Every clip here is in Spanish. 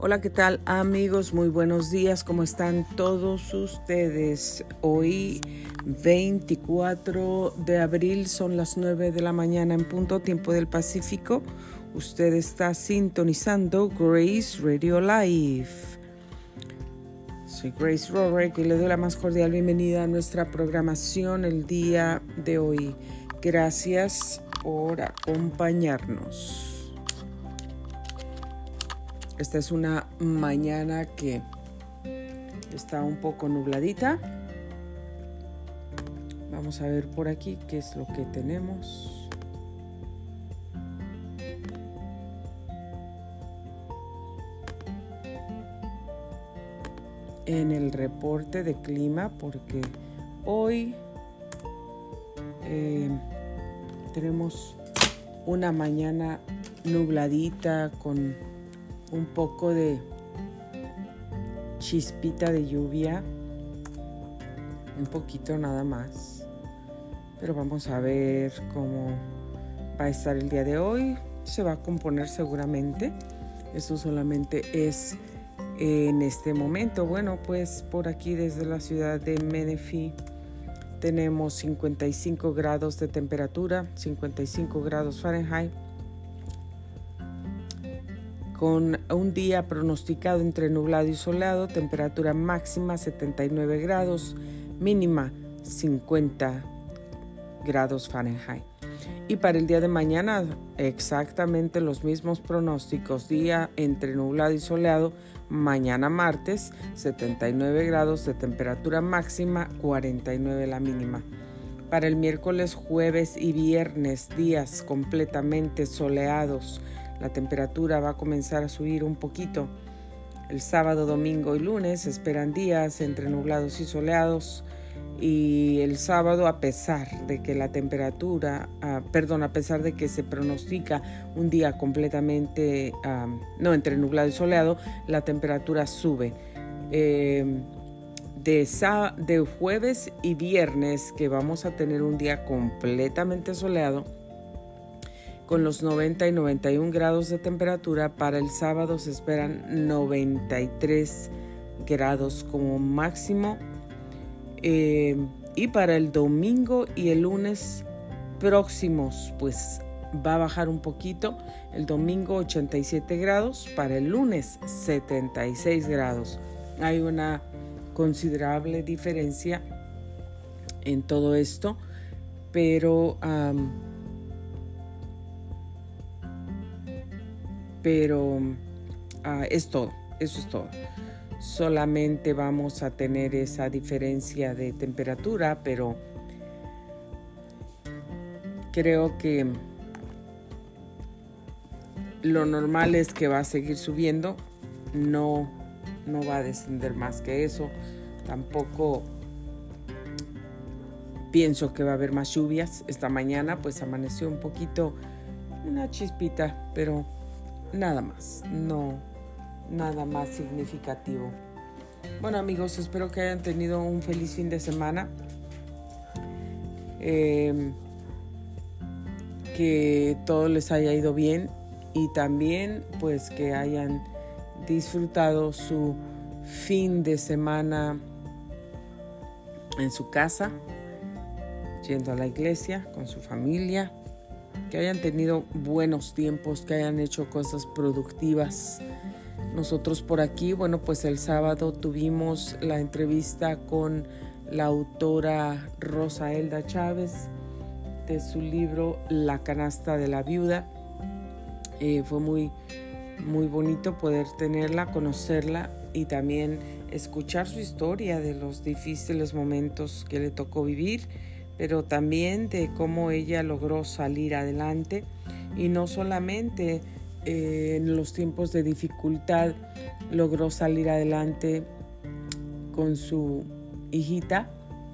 Hola, ¿qué tal amigos? Muy buenos días, ¿cómo están todos ustedes? Hoy 24 de abril son las 9 de la mañana en punto, tiempo del Pacífico. Usted está sintonizando Grace Radio Live. Soy Grace Rorick y le doy la más cordial bienvenida a nuestra programación el día de hoy. Gracias por acompañarnos. Esta es una mañana que está un poco nubladita. Vamos a ver por aquí qué es lo que tenemos. En el reporte de clima, porque hoy tenemos una mañana nubladita con un poco de chispita de lluvia, un poquito nada más, pero vamos a ver cómo va a estar el día de hoy. Se va a componer seguramente. Eso solamente es en este momento. Bueno, pues por aquí desde la ciudad de Menifee tenemos 55 grados de temperatura, 55 grados Fahrenheit, con un día pronosticado entre nublado y soleado, temperatura máxima 79 grados, mínima 50 grados Fahrenheit. Y para el día de mañana, exactamente los mismos pronósticos, día entre nublado y soleado, mañana martes 79 grados de temperatura máxima, 49 la mínima. Para el miércoles, jueves y viernes, días completamente soleados. La temperatura va a comenzar a subir un poquito. El sábado, domingo y lunes se esperan días entre nublados y soleados. Y el sábado, a pesar de que la temperatura, a pesar de que se pronostica un día completamente, entre nublado y soleado, la temperatura sube. De jueves y viernes, que vamos a tener un día completamente soleado, con los 90 y 91 grados de temperatura. Para el sábado se esperan 93 grados como máximo. Y para el domingo y el lunes próximos, pues va a bajar un poquito. El domingo 87 grados, para el lunes 76 grados. Hay una considerable diferencia en todo esto, pero es todo, eso es todo. Solamente vamos a tener esa diferencia de temperatura, pero creo que lo normal es que va a seguir subiendo, no va a descender más que eso. Tampoco pienso que va a haber más lluvias. Esta mañana pues amaneció un poquito, una chispita, pero nada más, nada más significativo. Bueno amigos, espero que hayan tenido un feliz fin de semana, que todo les haya ido bien y también pues que hayan disfrutado su fin de semana en su casa, yendo a la iglesia con su familia, que hayan tenido buenos tiempos, que hayan hecho cosas productivas. Nosotros por aquí, bueno, pues el sábado tuvimos la entrevista con la autora Rosa Elda Chávez de su libro La canasta de la viuda. Fue muy, muy bonito poder tenerla, conocerla y también escuchar su historia de los difíciles momentos que le tocó vivir, pero también de cómo ella logró salir adelante, y no solamente en los tiempos de dificultad logró salir adelante con su hijita,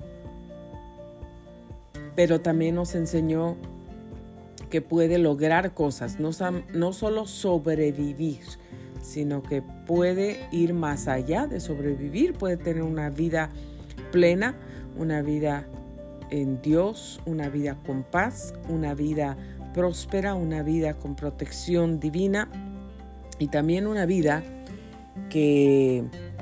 pero también nos enseñó que puede lograr cosas, no solo sobrevivir, sino que puede ir más allá de sobrevivir, puede tener una vida plena, una vida en Dios, una vida con paz, una vida próspera, una vida con protección divina y también una vida que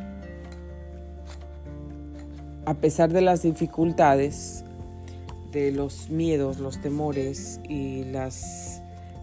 a pesar de las dificultades, de los miedos, los temores y las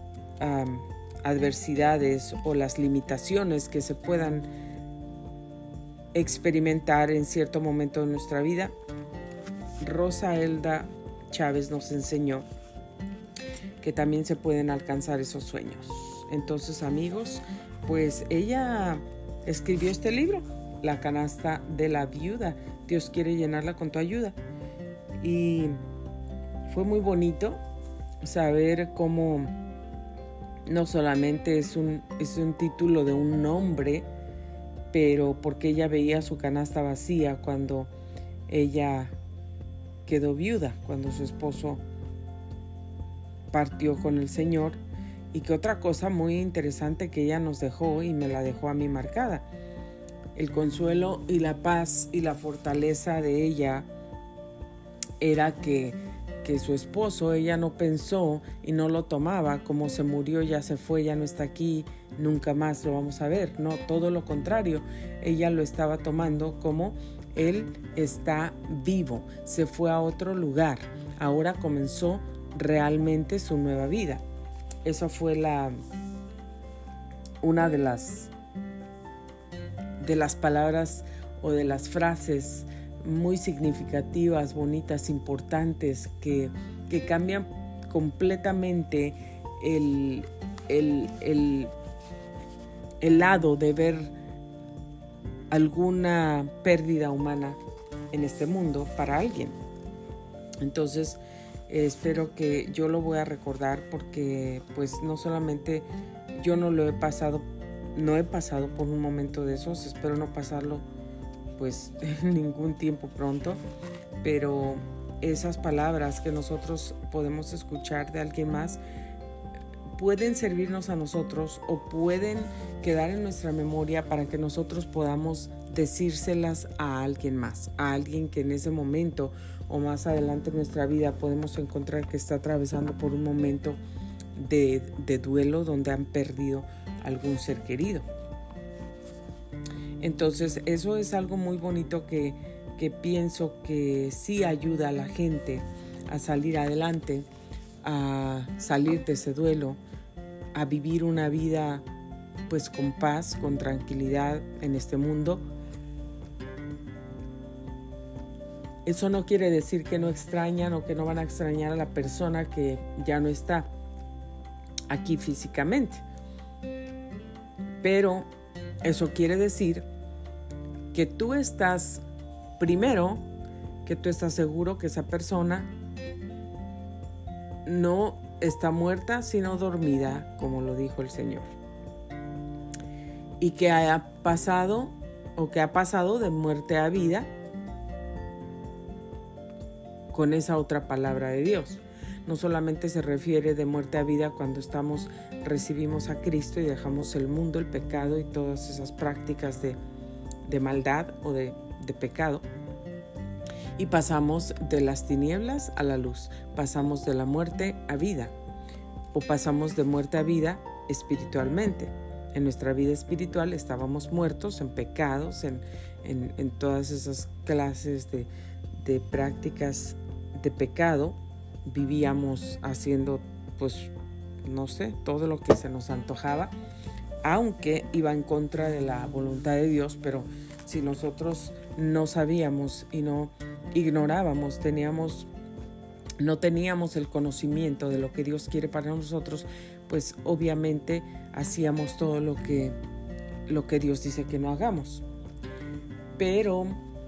adversidades o las limitaciones que se puedan experimentar en cierto momento de nuestra vida, Rosa Elda Chávez nos enseñó que también se pueden alcanzar esos sueños. Entonces, amigos, pues ella escribió este libro, La canasta de la viuda. Dios quiere llenarla con tu ayuda. Y fue muy bonito saber cómo no solamente es un título de un nombre, pero porque ella veía su canasta vacía cuando ella quedó viuda, cuando su esposo partió con el Señor. Y que otra cosa muy interesante que ella nos dejó, y me la dejó a mí marcada, el consuelo y la paz y la fortaleza de ella era que su esposo, ella no pensó y no lo tomaba como se murió, ya se fue, ya no está aquí, nunca más lo vamos a ver. No, todo lo contrario, ella lo estaba tomando como él está vivo, se fue a otro lugar, ahora comenzó realmente su nueva vida. Esa fue una de las palabras o de las frases muy significativas, bonitas, importantes, que cambian completamente el lado de ver alguna pérdida humana en este mundo para alguien. Entonces, espero que yo lo voy a recordar, porque pues no solamente yo no he pasado por un momento de esos, espero no pasarlo pues en ningún tiempo pronto, pero esas palabras que nosotros podemos escuchar de alguien más pueden servirnos a nosotros o pueden quedar en nuestra memoria para que nosotros podamos decírselas a alguien más, a alguien que en ese momento o más adelante en nuestra vida podemos encontrar que está atravesando por un momento de duelo donde han perdido algún ser querido. Entonces eso es algo muy bonito que pienso que sí ayuda a la gente a salir adelante, a salir de ese duelo, a vivir una vida pues con paz, con tranquilidad en este mundo. Eso no quiere decir que no extrañan o que no van a extrañar a la persona que ya no está aquí físicamente. Pero eso quiere decir que tú estás, primero, que tú estás seguro que esa persona no está muerta, sino dormida, como lo dijo el Señor. Y que ha pasado de muerte a vida con esa otra palabra de Dios. No solamente se refiere de muerte a vida cuando recibimos a Cristo y dejamos el mundo, el pecado y todas esas prácticas de maldad o de pecado, y pasamos de las tinieblas a la luz, pasamos de la muerte a vida, o pasamos de muerte a vida espiritualmente. En nuestra vida espiritual estábamos muertos en pecados, en todas esas clases de prácticas de pecado. Vivíamos haciendo, pues, no sé, todo lo que se nos antojaba, aunque iba en contra de la voluntad de Dios. Pero si nosotros no sabíamos y no ignorábamos, no teníamos el conocimiento de lo que Dios quiere para nosotros, pues obviamente hacíamos todo lo que Dios dice que no hagamos. Pero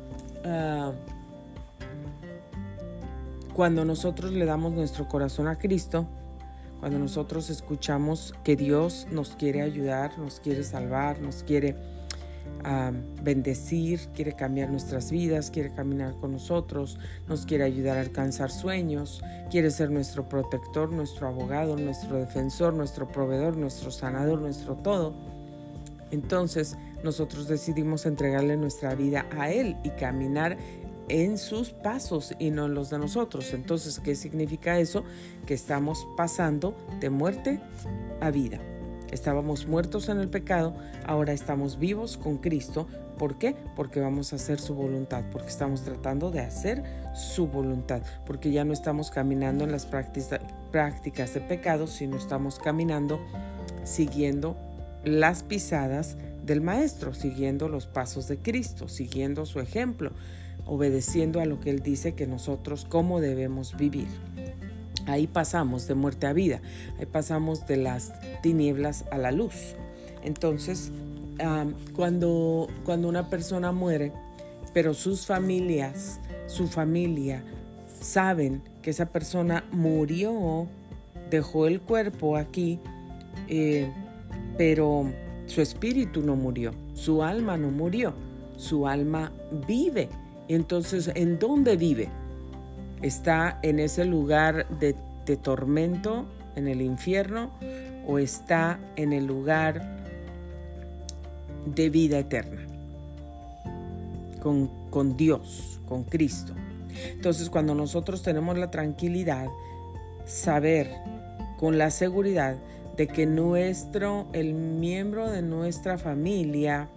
cuando nosotros le damos nuestro corazón a Cristo, cuando nosotros escuchamos que Dios nos quiere ayudar, nos quiere salvar, nos quiere bendecir, quiere cambiar nuestras vidas, quiere caminar con nosotros, nos quiere ayudar a alcanzar sueños, quiere ser nuestro protector, nuestro abogado, nuestro defensor, nuestro proveedor, nuestro sanador, nuestro todo. Entonces nosotros decidimos entregarle nuestra vida a Él y caminar en sus pasos y no en los de nosotros. Entonces, ¿qué significa eso? Que estamos pasando de muerte a vida. Estábamos muertos en el pecado, ahora estamos vivos con Cristo. ¿Por qué? Porque vamos a hacer su voluntad, porque estamos tratando de hacer su voluntad, porque ya no estamos caminando en las prácticas de pecado, sino estamos caminando siguiendo las pisadas del Maestro, siguiendo los pasos de Cristo, siguiendo su ejemplo, obedeciendo a lo que Él dice que nosotros cómo debemos vivir. Ahí pasamos de muerte a vida, ahí pasamos de las tinieblas a la luz. Entonces, cuando una persona muere, pero su familia saben que esa persona murió, dejó el cuerpo aquí, pero su espíritu no murió, su alma no murió, su alma vive. Entonces, ¿en dónde vive? ¿Está en ese lugar de tormento, en el infierno, o está en el lugar de vida eterna? Con Dios, con Cristo. Entonces, cuando nosotros tenemos la tranquilidad, saber con la seguridad de que el miembro de nuestra familia,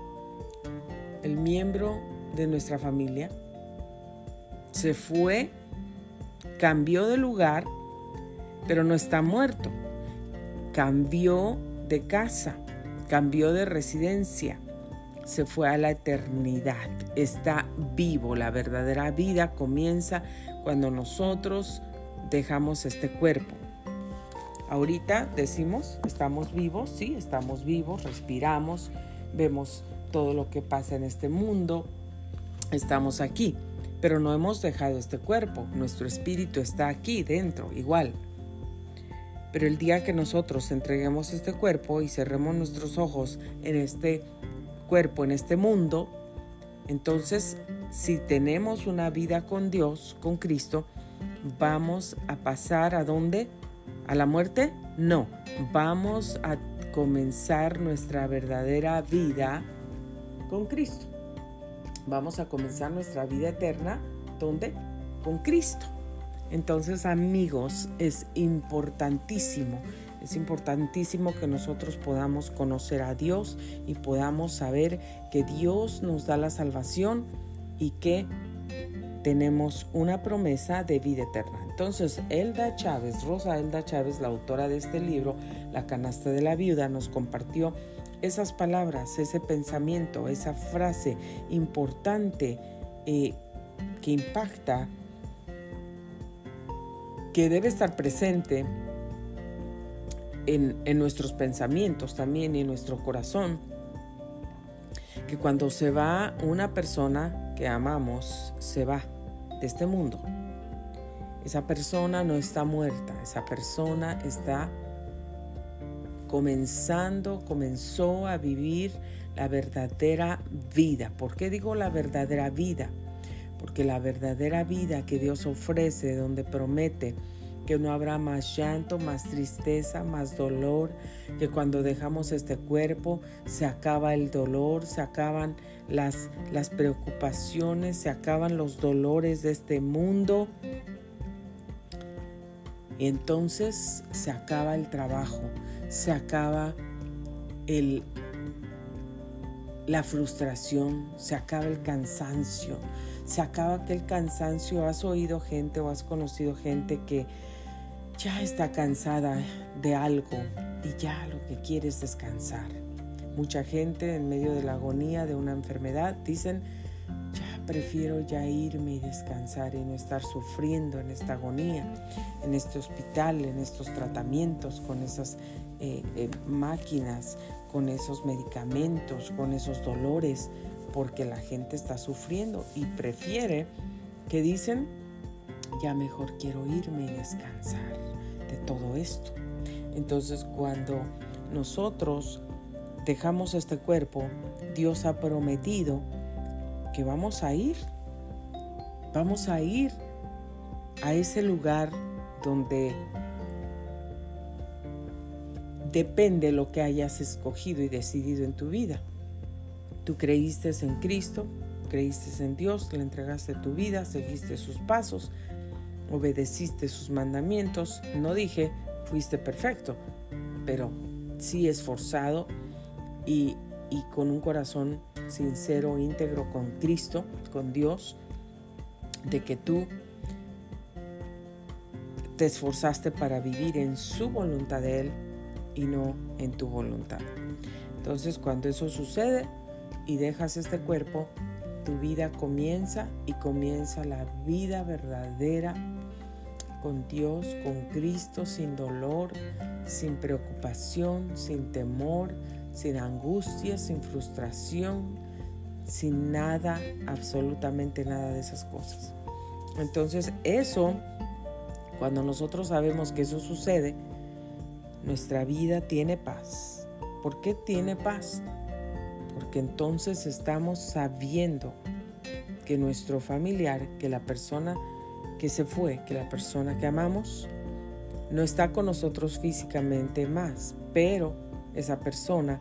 se fue, cambió de lugar, pero no está muerto. Cambió de casa, cambió de residencia, se fue a la eternidad. Está vivo. La verdadera vida comienza cuando nosotros dejamos este cuerpo. Ahorita decimos, estamos vivos, sí, estamos vivos, respiramos, vemos todo lo que pasa en este mundo, estamos aquí. Pero no hemos dejado este cuerpo, nuestro espíritu está aquí dentro, igual. Pero el día que nosotros entreguemos este cuerpo y cerremos nuestros ojos en este cuerpo, en este mundo, entonces, si tenemos una vida con Dios, con Cristo, ¿vamos a pasar a dónde? ¿A la muerte? No, vamos a comenzar nuestra verdadera vida con Cristo. Vamos a comenzar nuestra vida eterna, ¿dónde? Con Cristo. Entonces, amigos, es importantísimo que nosotros podamos conocer a Dios y podamos saber que Dios nos da la salvación y que tenemos una promesa de vida eterna. Entonces, Rosa Elda Chávez, la autora de este libro, La canasta de la viuda, nos compartió esas palabras, ese pensamiento, esa frase importante que impacta, que debe estar presente en nuestros pensamientos también y en nuestro corazón, que cuando se va una persona que amamos, se va de este mundo. Esa persona no está muerta, esa persona comenzó a vivir la verdadera vida. ¿Por qué digo la verdadera vida? Porque la verdadera vida que Dios ofrece, donde promete que no habrá más llanto, más tristeza, más dolor, que cuando dejamos este cuerpo se acaba el dolor, se acaban las preocupaciones, se acaban los dolores de este mundo. Y entonces se acaba el trabajo, se acaba la frustración, se acaba el cansancio, se acaba aquel cansancio. ¿Has oído gente o has conocido gente que ya está cansada de algo y ya lo que quiere es descansar? Mucha gente en medio de la agonía de una enfermedad dicen, ya prefiero ya irme y descansar y no estar sufriendo en esta agonía, en este hospital, en estos tratamientos, con esas máquinas, con esos medicamentos, con esos dolores, porque la gente está sufriendo y prefiere, que dicen, ya mejor quiero irme y descansar de todo esto. Entonces, cuando nosotros dejamos este cuerpo, Dios ha prometido que vamos a ir a ese lugar donde depende lo que hayas escogido y decidido en tu vida. Tú creíste en Cristo, creíste en Dios, le entregaste tu vida, seguiste sus pasos, obedeciste sus mandamientos. No dije fuiste perfecto, pero sí esforzado y con un corazón sincero, íntegro con Cristo, con Dios, de que tú te esforzaste para vivir en su voluntad de Él y no en tu voluntad. Entonces, cuando eso sucede y dejas este cuerpo, tu vida comienza la vida verdadera con Dios, con Cristo, sin dolor, sin preocupación, sin temor, sin angustia, sin frustración, sin nada, absolutamente nada de esas cosas. Entonces, eso, cuando nosotros sabemos que eso sucede, nuestra vida tiene paz. ¿Por qué tiene paz? Porque entonces estamos sabiendo que nuestro familiar, que la persona que se fue, que la persona que amamos, no está con nosotros físicamente más, pero esa persona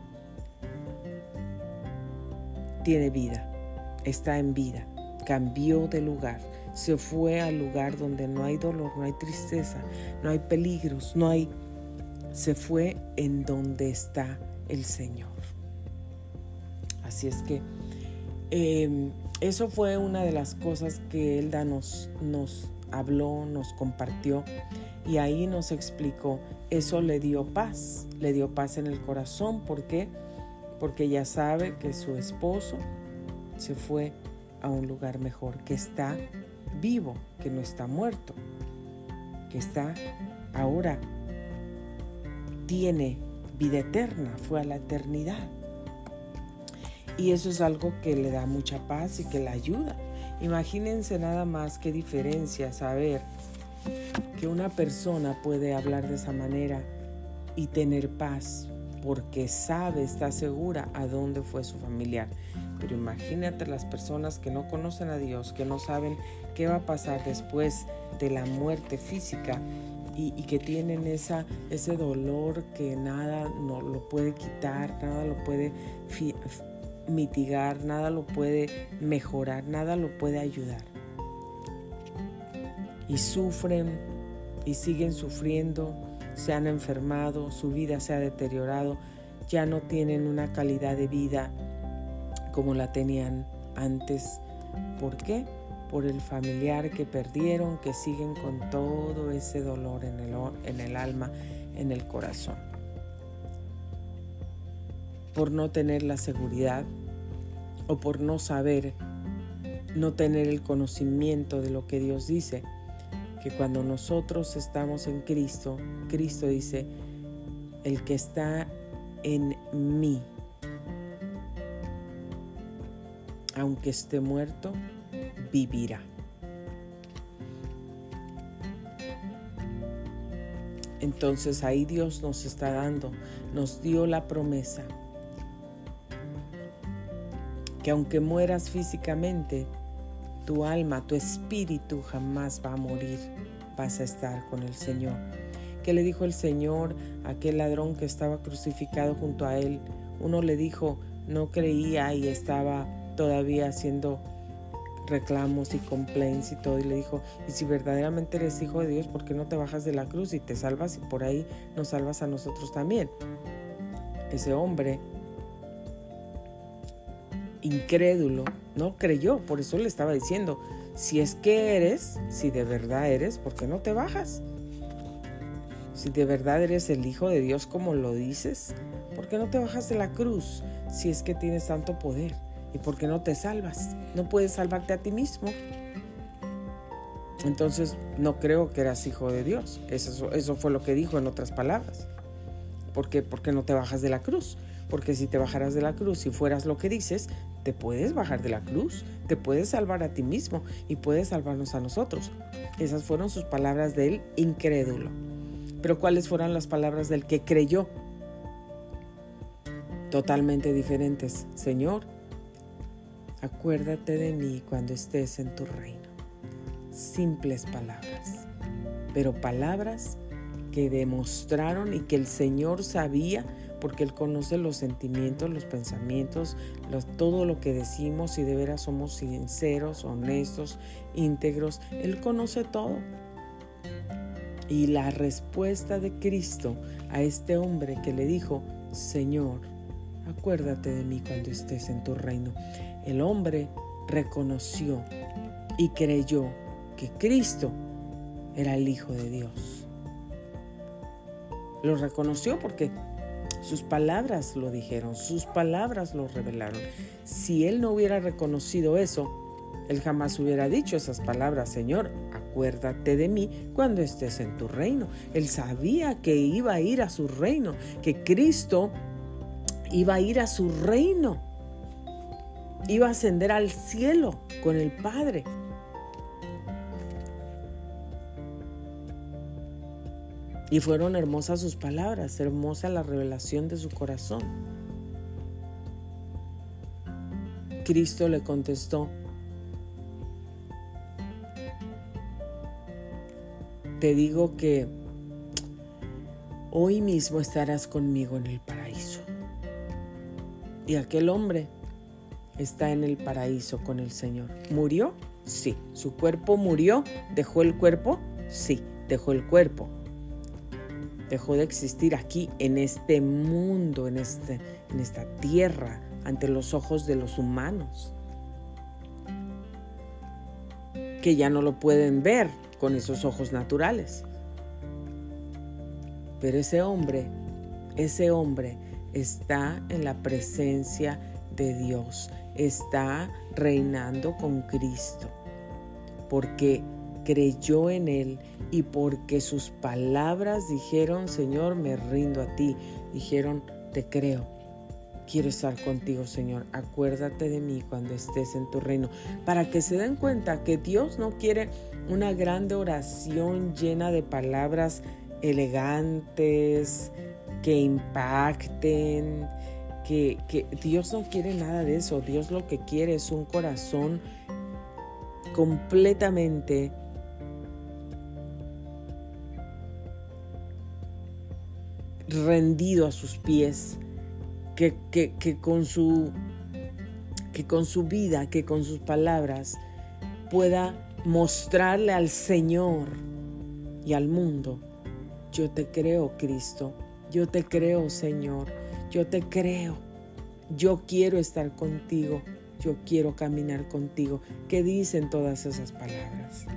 tiene vida, está en vida, cambió de lugar, se fue al lugar donde no hay dolor, no hay tristeza, no hay peligros, se fue en donde está el Señor. Así es que eso fue una de las cosas que Elda nos habló, nos compartió, y ahí nos explicó. Eso le dio paz en el corazón. ¿Por qué? Porque ella sabe que su esposo se fue a un lugar mejor, que está vivo, que no está muerto, que está ahora, tiene vida eterna, fue a la eternidad. Y eso es algo que le da mucha paz y que la ayuda. Imagínense nada más qué diferencia saber que una persona puede hablar de esa manera y tener paz porque sabe, está segura a dónde fue su familiar. Pero imagínate las personas que no conocen a Dios, que no saben qué va a pasar después de la muerte física y que tienen ese dolor que nada no lo puede quitar, nada lo puede mitigar, nada lo puede mejorar, nada lo puede ayudar. Y sufren y siguen sufriendo, se han enfermado, su vida se ha deteriorado, ya no tienen una calidad de vida como la tenían antes. ¿Por qué? Por el familiar que perdieron, que siguen con todo ese dolor en el alma, en el corazón. Por no tener la seguridad o por no saber, no tener el conocimiento de lo que Dios dice, que cuando nosotros estamos en Cristo, Cristo dice, el que está en mí, aunque esté muerto, vivirá. Entonces ahí Dios nos dio la promesa que aunque mueras físicamente, tu alma, tu espíritu jamás va a morir, vas a estar con el Señor. ¿Qué le dijo el Señor a aquel ladrón que estaba crucificado junto a él? Uno le dijo, no creía y estaba todavía haciendo reclamos y complaints y todo, y le dijo, y si verdaderamente eres hijo de Dios, ¿por qué no te bajas de la cruz y te salvas y por ahí nos salvas a nosotros también? Ese hombre incrédulo no creyó, por eso le estaba diciendo, si es que eres, si de verdad eres, ¿por qué no te bajas? Si de verdad eres el Hijo de Dios como lo dices, ¿por qué no te bajas de la cruz si es que tienes tanto poder? ¿Y por qué no te salvas? No puedes salvarte a ti mismo. Entonces no creo que eras hijo de Dios. Eso fue lo que dijo en otras palabras. ¿Por qué no te bajas de la cruz? Porque si te bajaras de la cruz y fueras lo que dices, te puedes bajar de la cruz, te puedes salvar a ti mismo y puedes salvarnos a nosotros. Esas fueron sus palabras del incrédulo. Pero ¿cuáles fueron las palabras del que creyó? Totalmente diferentes. Señor, acuérdate de mí cuando estés en tu reino. Simples palabras, pero palabras que demostraron y que el Señor sabía, porque Él conoce los sentimientos, los pensamientos, todo lo que decimos, si de veras somos sinceros, honestos, íntegros. Él conoce todo. Y la respuesta de Cristo a este hombre que le dijo: Señor, acuérdate de mí cuando estés en tu reino. El hombre reconoció y creyó que Cristo era el Hijo de Dios. Lo reconoció porque sus palabras lo dijeron, sus palabras lo revelaron. Si él no hubiera reconocido eso, él jamás hubiera dicho esas palabras: Señor, acuérdate de mí cuando estés en tu reino. Él sabía que iba a ir a su reino, que Cristo iba a ir a su reino, iba a ascender al cielo con el Padre. Y fueron hermosas sus palabras, hermosa la revelación de su corazón. Cristo le contestó: te digo que hoy mismo estarás conmigo en el paraíso. Y aquel hombre está en el paraíso con el Señor. ¿Murió? Sí. ¿Su cuerpo murió? ¿Dejó el cuerpo? Sí, dejó el cuerpo. Dejó de existir aquí en este mundo, en esta tierra, ante los ojos de los humanos, que ya no lo pueden ver con esos ojos naturales. Pero ese hombre está en la presencia de Dios, está reinando con Cristo, porque creyó en Él y porque sus palabras dijeron: Señor, me rindo a ti. Dijeron: te creo, quiero estar contigo, Señor, acuérdate de mí cuando estés en tu reino. Para que se den cuenta que Dios no quiere una grande oración llena de palabras elegantes, que impacten, que Dios no quiere nada de eso. Dios lo que quiere es un corazón completamente rendido a sus pies, que con su vida, que con sus palabras pueda mostrarle al Señor y al mundo: yo te creo, Cristo, yo te creo, Señor, yo te creo, yo quiero estar contigo, yo quiero caminar contigo. ¿Qué dicen todas esas palabras?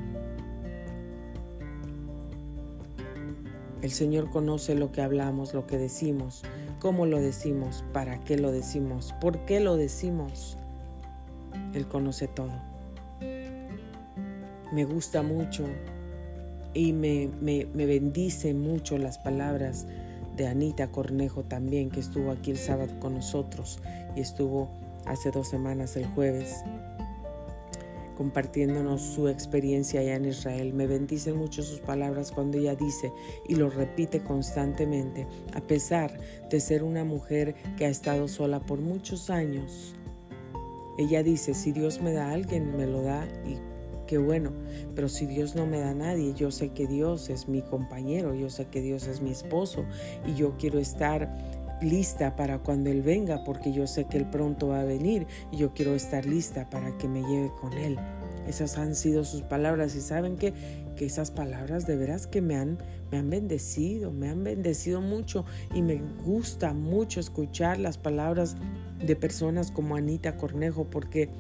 El Señor conoce lo que hablamos, lo que decimos, cómo lo decimos, para qué lo decimos, por qué lo decimos. Él conoce todo. Me gusta mucho y me bendice mucho las palabras de Anita Cornejo también, que estuvo aquí el sábado con nosotros y estuvo hace 2 semanas el jueves compartiéndonos su experiencia allá en Israel. Me bendicen mucho sus palabras cuando ella dice, y lo repite constantemente: a pesar de ser una mujer que ha estado sola por muchos años, ella dice: si Dios me da a alguien, me lo da y qué bueno, pero si Dios no me da a nadie, yo sé que Dios es mi compañero, yo sé que Dios es mi esposo y yo quiero estar lista para cuando Él venga, porque yo sé que Él pronto va a venir y yo quiero estar lista para que me lleve con Él. Esas han sido sus palabras y saben que esas palabras de veras que me han bendecido mucho, y me gusta mucho escuchar las palabras de personas como Anita Cornejo, porque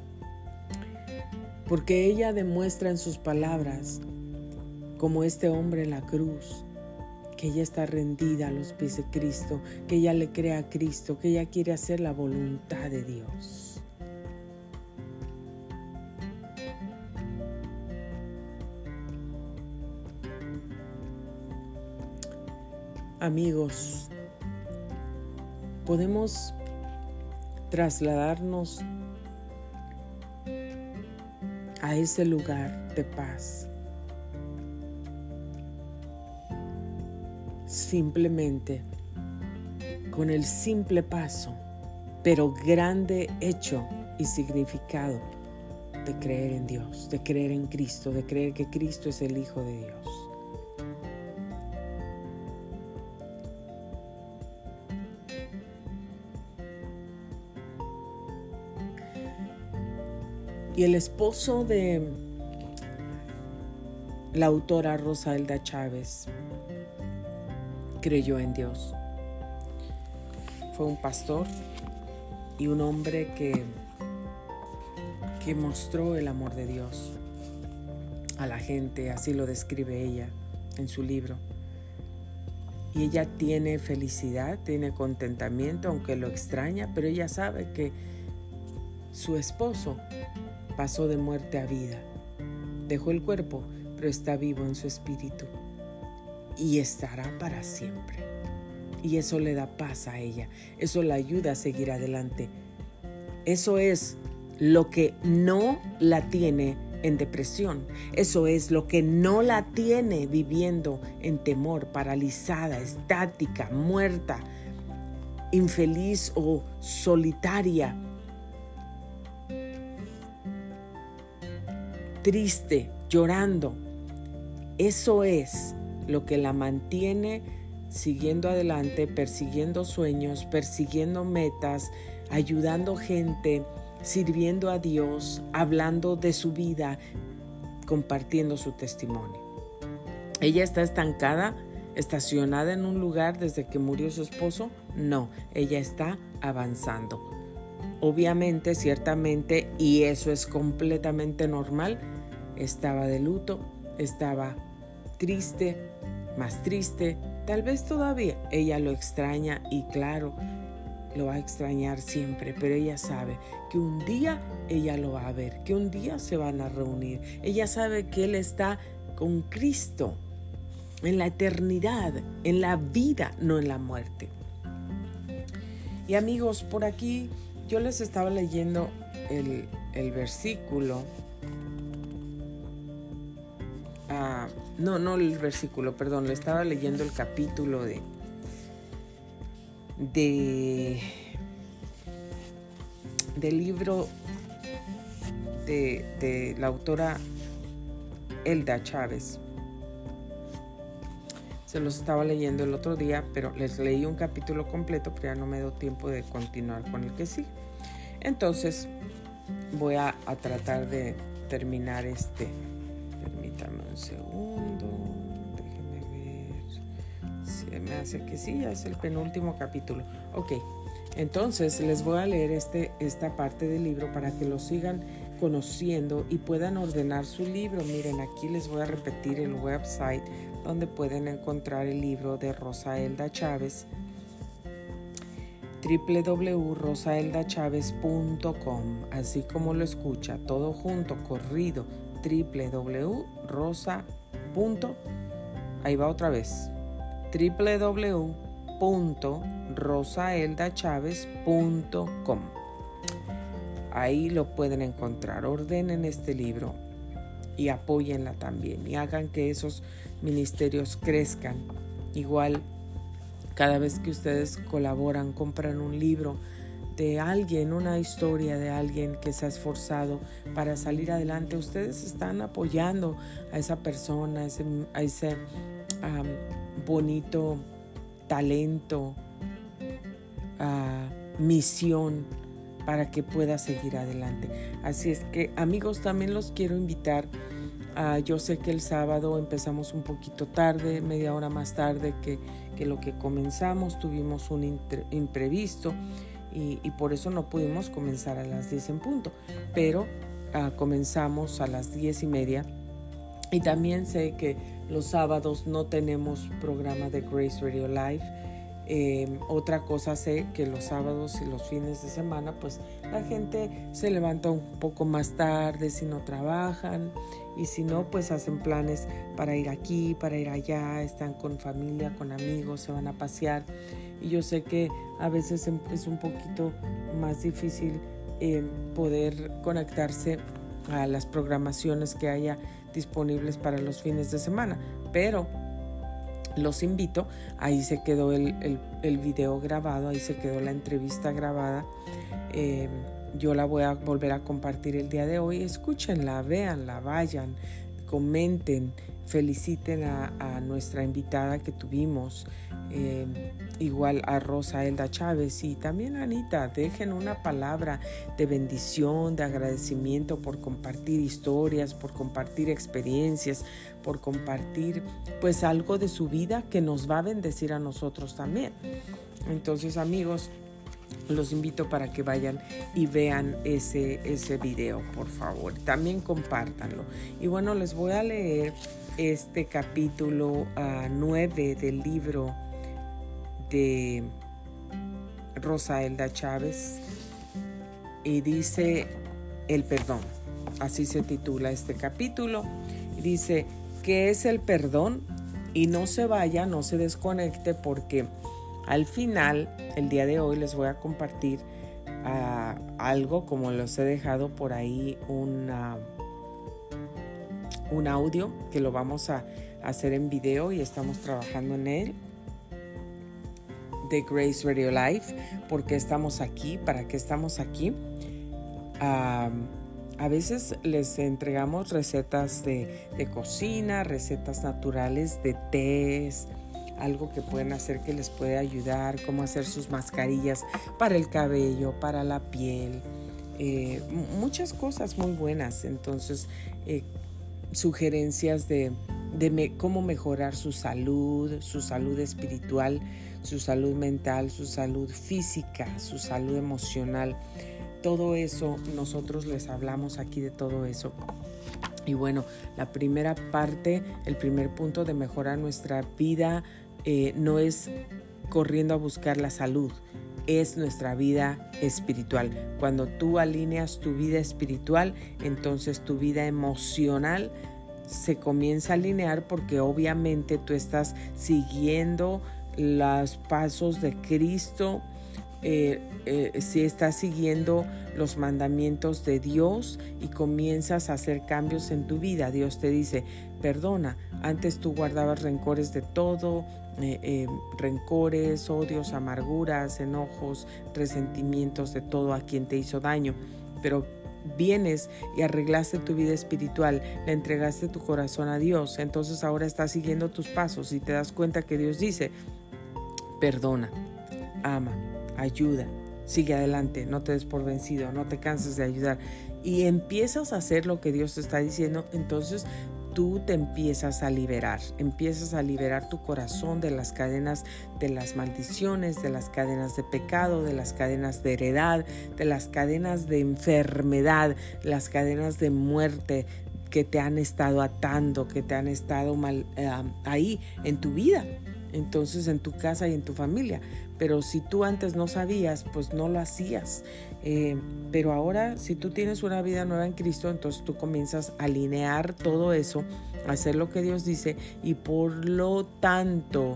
ella demuestra en sus palabras, como este hombre en la cruz, que ella está rendida a los pies de Cristo, que ella le cree a Cristo, que ella quiere hacer la voluntad de Dios. Amigos, podemos trasladarnos a ese lugar de paz simplemente con el simple paso, pero grande hecho y significado de creer en Dios, de creer en Cristo, de creer que Cristo es el Hijo de Dios. Y el esposo de la autora Rosa Elda Chávez creyó en Dios. Fue un pastor y un hombre que mostró el amor de Dios a la gente, así lo describe ella en su libro. Y ella tiene felicidad, tiene contentamiento, aunque lo extraña, pero ella sabe que su esposo pasó de muerte a vida. Dejó el cuerpo, pero está vivo en su espíritu y estará para siempre. Y eso le da paz a ella, eso la ayuda a seguir adelante. Eso es lo que no la tiene en depresión. Eso es lo que no la tiene viviendo en temor, paralizada, estática, muerta, infeliz o solitaria, triste, llorando. Eso es lo que la mantiene siguiendo adelante, persiguiendo sueños, persiguiendo metas, ayudando gente, sirviendo a Dios, hablando de su vida, compartiendo su testimonio. ¿Ella está estancada, estacionada en un lugar desde que murió su esposo? No, ella está avanzando. Obviamente, ciertamente, y eso es completamente normal, estaba de luto, estaba triste, más triste, tal vez todavía. Ella lo extraña y claro, lo va a extrañar siempre, pero ella sabe que un día ella lo va a ver, que un día se van a reunir. Ella sabe que Él está con Cristo en la eternidad, en la vida, no en la muerte. Y amigos, por aquí yo les estaba leyendo el versículo. No el versículo, perdón, le estaba leyendo el capítulo del libro de la autora Elda Chávez. Se los estaba leyendo el otro día, pero les leí un capítulo completo, pero ya no me dio tiempo de continuar con el que sigue. Entonces voy a tratar de terminar Permítame un segundo, déjenme ver. Se me hace que sí, ya es el penúltimo capítulo. Ok, entonces les voy a leer esta parte del libro para que lo sigan conociendo y puedan ordenar su libro. Miren, aquí les voy a repetir el website donde pueden encontrar el libro de Rosa Elda Chávez: www.rosaeldachavez.com, así como lo escucha, todo junto, corrido, www.rosa. Ahí va otra vez, www.rosaeldachavez.com. Ahí lo pueden encontrar. Ordenen este libro y apóyenla también y hagan que esos ministerios crezcan. Igual, cada vez que ustedes colaboran, compran un libro de alguien, una historia de alguien que se ha esforzado para salir adelante, ustedes están apoyando a esa persona, a ese bonito talento, misión para que pueda seguir adelante. Así es que, amigos, también los quiero invitar. Yo sé que el sábado empezamos un poquito tarde, media hora más tarde que lo que comenzamos. Tuvimos un imprevisto y por eso no pudimos comenzar a las 10 en punto, pero comenzamos a las 10:30. Y también sé que los sábados no tenemos programa de Grace Radio Live. Otra cosa, sé que los sábados y los fines de semana pues la gente se levanta un poco más tarde si no trabajan, y si no pues hacen planes para ir aquí, para ir allá, están con familia, con amigos, se van a pasear, y yo sé que a veces es un poquito más difícil poder conectarse a las programaciones que haya disponibles para los fines de semana, pero los invito. Ahí se quedó el video grabado, ahí se quedó la entrevista grabada. Yo la voy a volver a compartir el día de hoy. Escúchenla, véanla, vayan, comenten, feliciten a nuestra invitada que tuvimos, igual a Rosa Elda Chávez y también a Anita. Dejen una palabra de bendición, de agradecimiento por compartir historias, por compartir experiencias, por compartir pues algo de su vida que nos va a bendecir a nosotros también. Entonces, amigos, los invito para que vayan y vean ese video, por favor. También compártanlo. Y bueno, les voy a leer este capítulo 9 del libro de Rosa Elda Chávez. Y dice el perdón. Así se titula este capítulo. Y dice, ¿qué es el perdón? Y no se vaya, no se desconecte, porque al final, el día de hoy, les voy a compartir algo, como los he dejado por ahí, un audio que lo vamos a hacer en video y estamos trabajando en él, de Grace Radio Life. ¿Por qué estamos aquí? ¿Para qué estamos aquí? A veces les entregamos recetas de cocina, recetas naturales de tés, algo que pueden hacer que les puede ayudar, cómo hacer sus mascarillas para el cabello, para la piel, muchas cosas muy buenas. Entonces, sugerencias de cómo mejorar su salud espiritual, su salud mental, su salud física, su salud emocional. Todo eso, nosotros les hablamos aquí de todo eso. Y bueno, la primera parte, el primer punto de mejorar nuestra vida no es corriendo a buscar la salud, es nuestra vida espiritual. Cuando tú alineas tu vida espiritual, entonces tu vida emocional se comienza a alinear, porque obviamente tú estás siguiendo los pasos de Cristo. Si estás siguiendo los mandamientos de Dios y comienzas a hacer cambios en tu vida, Dios te dice, perdona. Antes tú guardabas rencores de todo, rencores, odios, amarguras, enojos, resentimientos de todo a quien te hizo daño, pero vienes y arreglaste tu vida espiritual, le entregaste tu corazón a Dios. Entonces ahora estás siguiendo tus pasos y te das cuenta que Dios dice, perdona, ama, ayuda, sigue adelante, no te des por vencido, no te canses de ayudar, y empiezas a hacer lo que Dios te está diciendo. Entonces tú te empiezas a liberar tu corazón de las cadenas, de las maldiciones, de las cadenas de pecado, de las cadenas de heredad, de las cadenas de enfermedad, las cadenas de muerte que te han estado atando, que te han estado ahí en tu vida. Entonces, en tu casa y en tu familia. Pero si tú antes no sabías, pues no lo hacías. Pero ahora, si tú tienes una vida nueva en Cristo, entonces tú comienzas a alinear todo eso, a hacer lo que Dios dice, y por lo tanto,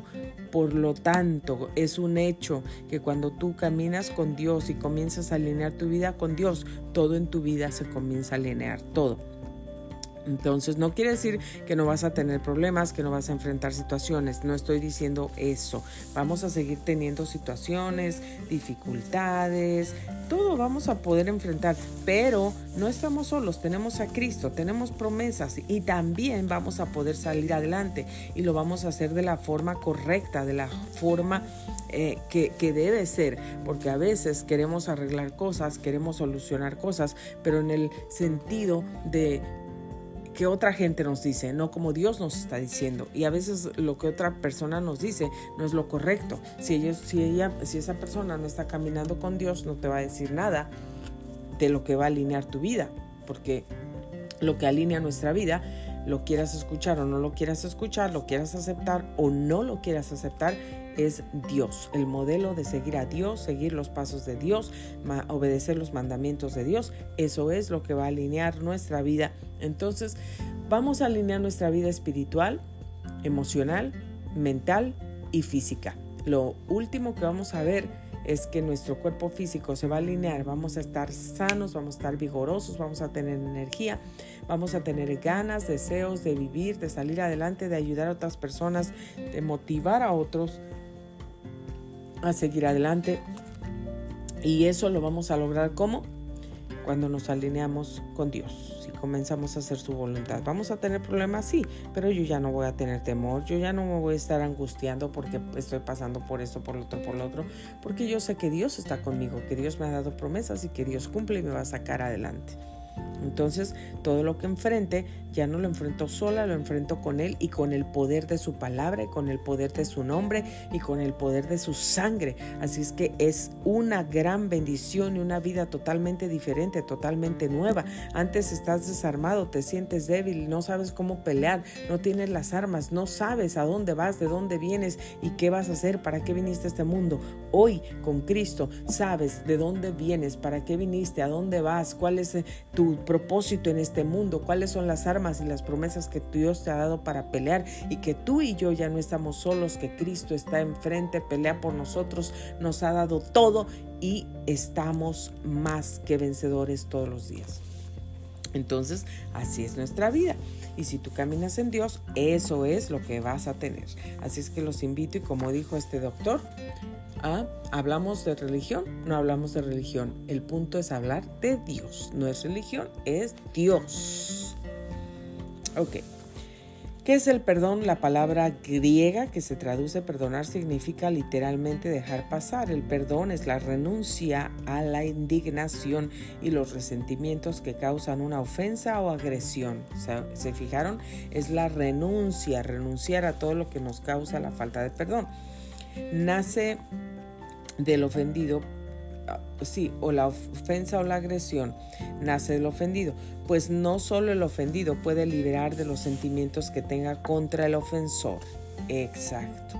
es un hecho que cuando tú caminas con Dios y comienzas a alinear tu vida con Dios, todo en tu vida se comienza a alinear, todo. Entonces no quiere decir que no vas a tener problemas, que no vas a enfrentar situaciones. No estoy diciendo eso. Vamos a seguir teniendo situaciones, dificultades, todo vamos a poder enfrentar, pero no estamos solos. Tenemos a Cristo, tenemos promesas y también vamos a poder salir adelante, y lo vamos a hacer de la forma correcta, de la forma que debe ser, porque a veces queremos arreglar cosas, queremos solucionar cosas, pero en el sentido de que otra gente nos dice, no como Dios nos está diciendo. Y a veces lo que otra persona nos dice no es lo correcto. Si esa persona no está caminando con Dios, no te va a decir nada de lo que va a alinear tu vida, porque lo que alinea nuestra vida, lo quieras escuchar o no lo quieras escuchar, lo quieras aceptar o no lo quieras aceptar, es Dios. El modelo de seguir a Dios, seguir los pasos de Dios, obedecer los mandamientos de Dios, eso es lo que va a alinear nuestra vida. Entonces, vamos a alinear nuestra vida espiritual, emocional, mental y física. Lo último que vamos a ver es que nuestro cuerpo físico se va a alinear, vamos a estar sanos, vamos a estar vigorosos, vamos a tener energía, vamos a tener ganas, deseos de vivir, de salir adelante, de ayudar a otras personas, de motivar a otros a seguir adelante. Y eso lo vamos a lograr ¿cómo? cuando nos alineamos con Dios y comenzamos a hacer su voluntad. Vamos a tener problemas, sí, pero yo ya no voy a tener temor, yo ya no me voy a estar angustiando porque estoy pasando por esto, por lo otro, porque yo sé que Dios está conmigo, que Dios me ha dado promesas y que Dios cumple y me va a sacar adelante. Entonces, todo lo que enfrente, ya no lo enfrento sola, lo enfrento con Él y con el poder de su palabra, y con el poder de su nombre y con el poder de su sangre. Así es que es una gran bendición y una vida totalmente diferente, totalmente nueva. Antes estás desarmado, te sientes débil, no sabes cómo pelear, no tienes las armas, no sabes a dónde vas, de dónde vienes y qué vas a hacer, para qué viniste a este mundo. Hoy, con Cristo, sabes de dónde vienes, para qué viniste, a dónde vas, cuál es tu propósito en este mundo, cuáles son las armas y las promesas que Dios te ha dado para pelear, y que tú y yo ya no estamos solos, que Cristo está enfrente, pelea por nosotros, nos ha dado todo y estamos más que vencedores todos los días. Entonces, así es nuestra vida. Y si tú caminas en Dios, eso es lo que vas a tener. Así es que los invito, y como dijo este doctor, ¿hablamos de religión? No hablamos de religión. El punto es hablar de Dios. No es religión, es Dios. Ok. ¿Qué es el perdón? La palabra griega que se traduce perdonar significa literalmente dejar pasar. El perdón es la renuncia a la indignación y los resentimientos que causan una ofensa o agresión. ¿Se fijaron? Es la renunciar a todo lo que nos causa la falta de perdón. Nace del ofendido, o la ofensa o la agresión nace del ofendido, pues no solo el ofendido puede liberar de los sentimientos que tenga contra el ofensor. Exacto.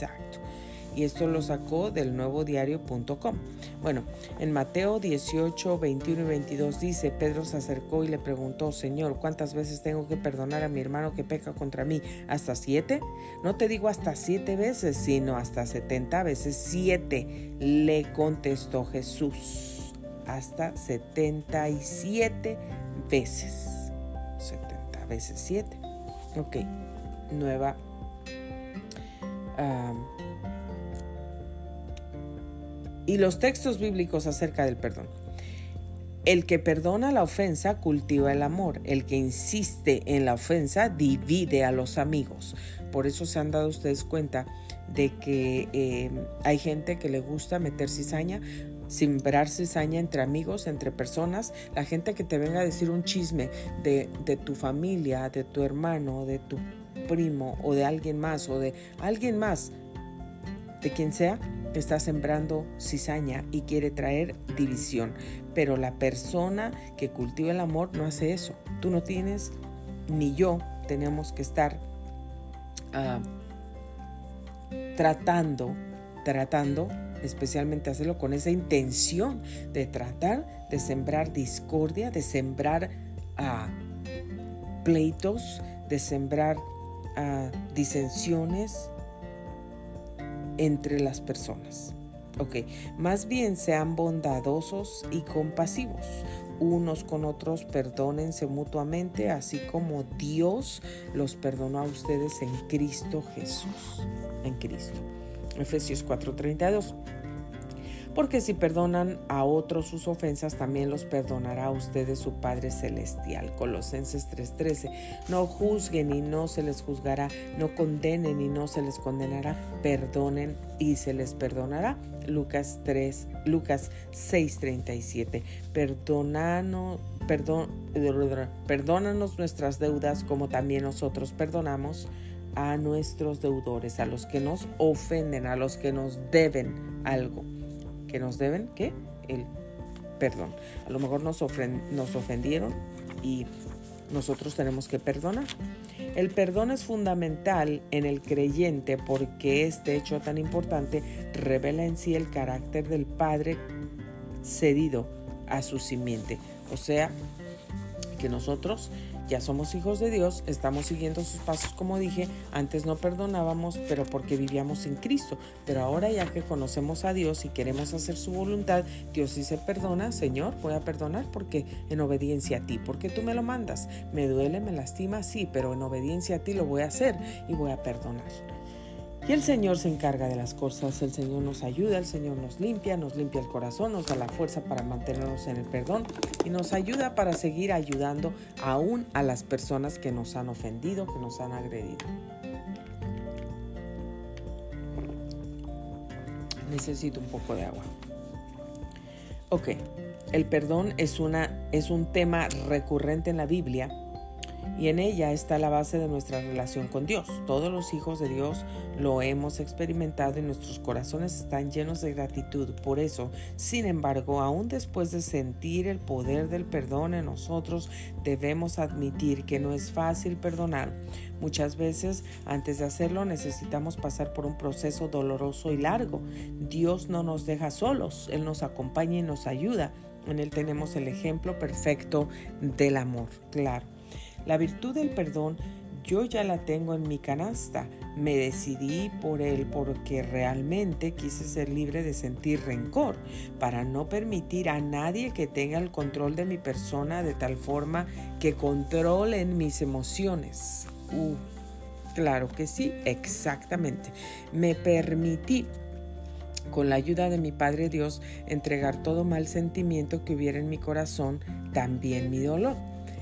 Y esto lo sacó del nuevodiario.com. Bueno, en Mateo 18, 21 y 22 dice: Pedro se acercó y le preguntó: Señor, ¿cuántas veces tengo que perdonar a mi hermano que peca contra mí? ¿Hasta 7? No te digo hasta 7 veces, sino hasta 70 veces 7. Le contestó Jesús. Hasta 77 veces. 70 veces 7. Ok, nueva. Y los textos bíblicos acerca del perdón. El que perdona la ofensa cultiva el amor. El que insiste en la ofensa divide a los amigos. Por eso se han dado ustedes cuenta de que hay gente que le gusta meter cizaña, sembrar cizaña entre amigos, entre personas. La gente que te venga a decir un chisme de tu familia, de tu hermano, de tu primo o de alguien más, de quien sea, te está sembrando cizaña y quiere traer división. Pero la persona que cultiva el amor no hace eso. Tú no tienes, ni yo tenemos que estar tratando, especialmente hacerlo con esa intención de tratar de sembrar discordia, de sembrar pleitos, de sembrar disensiones entre las personas. Ok, más bien sean bondadosos y compasivos unos con otros, perdónense mutuamente, así como Dios los perdonó a ustedes en Cristo Jesús. En Cristo. Efesios 4:32. Porque si perdonan a otros sus ofensas, también los perdonará a ustedes su Padre Celestial. Colosenses 3:13. No juzguen y no se les juzgará, no condenen y no se les condenará, perdonen y se les perdonará. Lucas 6:37. Perdónanos nuestras deudas como también nosotros perdonamos a nuestros deudores, a los que nos ofenden, a los que nos deben algo. ¿Que nos deben? ¿Qué? El perdón. A lo mejor nos ofendieron y nosotros tenemos que perdonar. El perdón es fundamental en el creyente porque este hecho tan importante revela en sí el carácter del Padre cedido a su simiente. O sea, que nosotros ya somos hijos de Dios, estamos siguiendo sus pasos, como dije. Antes no perdonábamos, pero porque vivíamos en Cristo. Pero ahora, ya que conocemos a Dios y queremos hacer su voluntad, Dios dice: perdona, Señor, voy a perdonar porque en obediencia a ti, porque tú me lo mandas. Me duele, me lastima, sí, pero en obediencia a ti lo voy a hacer y voy a perdonar. Y el Señor se encarga de las cosas, el Señor nos ayuda, el Señor nos limpia el corazón, nos da la fuerza para mantenernos en el perdón y nos ayuda para seguir ayudando aún a las personas que nos han ofendido, que nos han agredido. Necesito un poco de agua. Ok, el perdón es un tema recurrente en la Biblia. Y en ella está la base de nuestra relación con Dios. Todos los hijos de Dios lo hemos experimentado y nuestros corazones están llenos de gratitud. Por eso, sin embargo, aún después de sentir el poder del perdón en nosotros, debemos admitir que no es fácil perdonar. Muchas veces, antes de hacerlo, necesitamos pasar por un proceso doloroso y largo. Dios no nos deja solos, Él nos acompaña y nos ayuda. En Él tenemos el ejemplo perfecto del amor, claro. La virtud del perdón yo ya la tengo en mi canasta. Me decidí por él porque realmente quise ser libre de sentir rencor, para no permitir a nadie que tenga el control de mi persona de tal forma que controlen mis emociones. Claro que sí, exactamente. Me permití, con la ayuda de mi Padre Dios, entregar todo mal sentimiento que hubiera en mi corazón, también mi dolor.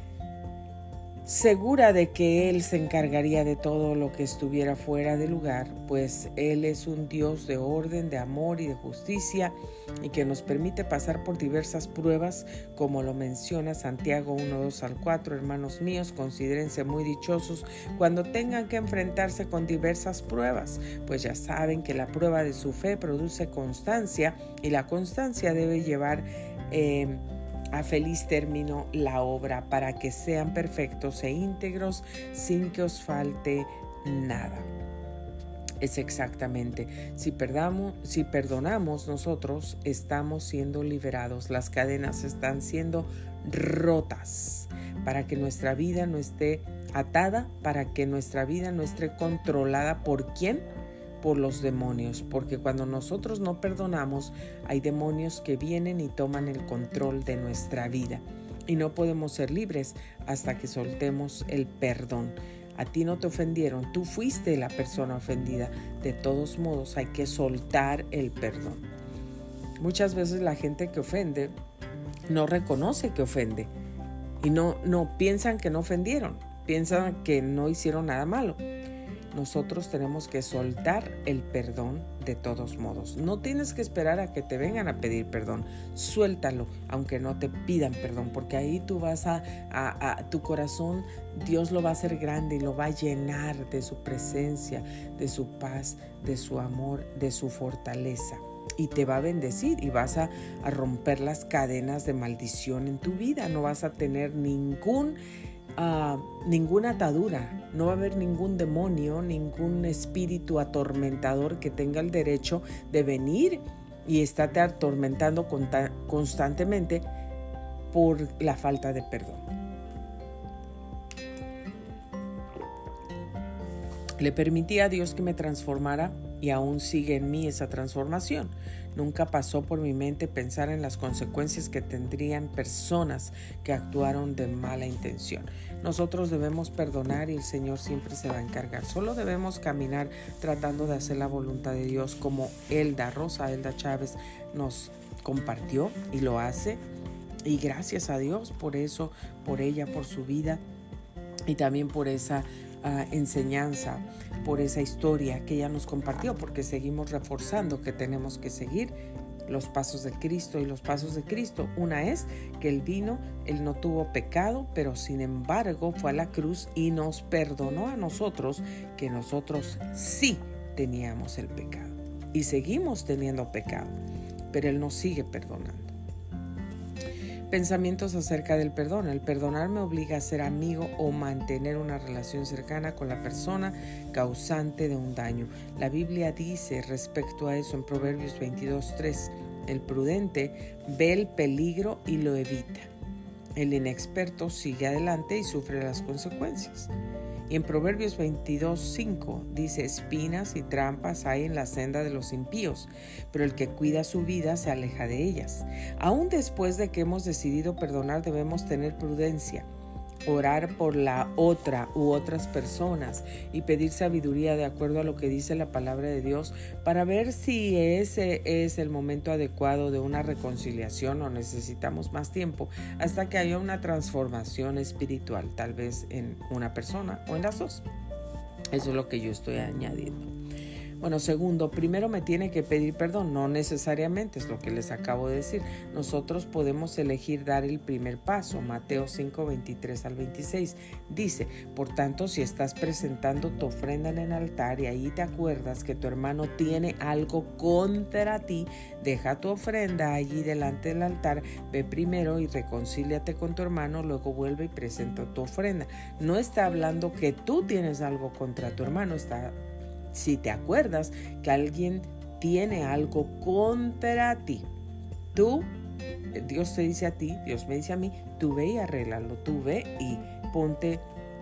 Segura de que Él se encargaría de todo lo que estuviera fuera de lugar, pues Él es un Dios de orden, de amor y de justicia, y que nos permite pasar por diversas pruebas, como lo menciona Santiago 1, 2 al 4. Hermanos míos, considérense muy dichosos cuando tengan que enfrentarse con diversas pruebas, pues ya saben que la prueba de su fe produce constancia, y la constancia debe llevar a feliz término la obra, para que sean perfectos e íntegros sin que os falte nada. Es exactamente, si perdonamos, nosotros estamos siendo liberados, las cadenas están siendo rotas, para que nuestra vida no esté atada, para que nuestra vida no esté controlada. ¿Por quién? Por los demonios, porque cuando nosotros no perdonamos, hay demonios que vienen y toman el control de nuestra vida, y no podemos ser libres hasta que soltemos el perdón. A ti no te ofendieron, tú fuiste la persona ofendida. De todos modos, hay que soltar el perdón. Muchas veces la gente que ofende no reconoce que ofende, y no piensan que no ofendieron, piensan que no hicieron nada malo. Nosotros tenemos que soltar el perdón de todos modos. No tienes que esperar a que te vengan a pedir perdón. Suéltalo, aunque no te pidan perdón, porque ahí tú vas a tu corazón, Dios lo va a hacer grande y lo va a llenar de su presencia, de su paz, de su amor, de su fortaleza. Y te va a bendecir y vas a romper las cadenas de maldición en tu vida. No vas a tener ninguna atadura, no va a haber ningún demonio, ningún espíritu atormentador que tenga el derecho de venir y estarte atormentando constantemente por la falta de perdón. Le permití a Dios que me transformara, y aún sigue en mí esa transformación. Nunca pasó por mi mente pensar en las consecuencias que tendrían personas que actuaron de mala intención. Nosotros debemos perdonar y el Señor siempre se va a encargar. Solo debemos caminar tratando de hacer la voluntad de Dios, como Rosa Elda Chávez nos compartió y lo hace. Y gracias a Dios por eso, por ella, por su vida, y también por esa enseñanza, por esa historia que ella nos compartió, porque seguimos reforzando que tenemos que seguir los pasos de Cristo. Y los pasos de Cristo, una es que Él vino, Él no tuvo pecado, pero sin embargo fue a la cruz y nos perdonó a nosotros, que nosotros sí teníamos el pecado y seguimos teniendo pecado, pero Él nos sigue perdonando. Pensamientos acerca del perdón. El perdonar me obliga a ser amigo o mantener una relación cercana con la persona causante de un daño. La Biblia dice respecto a eso en Proverbios 22:3, el prudente ve el peligro y lo evita. El inexperto sigue adelante y sufre las consecuencias. Y en Proverbios 22:5 dice, espinas y trampas hay en la senda de los impíos, pero el que cuida su vida se aleja de ellas. Aún después de que hemos decidido perdonar, debemos tener prudencia. orar por la otra u otras personas y pedir sabiduría de acuerdo a lo que dice la palabra de Dios para ver si ese es el momento adecuado de una reconciliación o necesitamos más tiempo hasta que haya una transformación espiritual, tal vez en una persona o en las dos. Eso es lo que yo estoy añadiendo. Bueno, segundo, primero me tiene que pedir perdón. No necesariamente, es lo que les acabo de decir. Nosotros podemos elegir dar el primer paso. Mateo 5, 23 al 26 dice: por tanto, si estás presentando tu ofrenda en el altar y ahí te acuerdas que tu hermano tiene algo contra ti, deja tu ofrenda allí delante del altar, ve primero y reconcíliate con tu hermano, luego vuelve y presenta tu ofrenda. No está hablando que tú tienes algo contra tu hermano, si te acuerdas que alguien tiene algo contra ti, Dios te dice a ti, Dios me dice a mí, tú ve y arréglalo, tú ve y ponte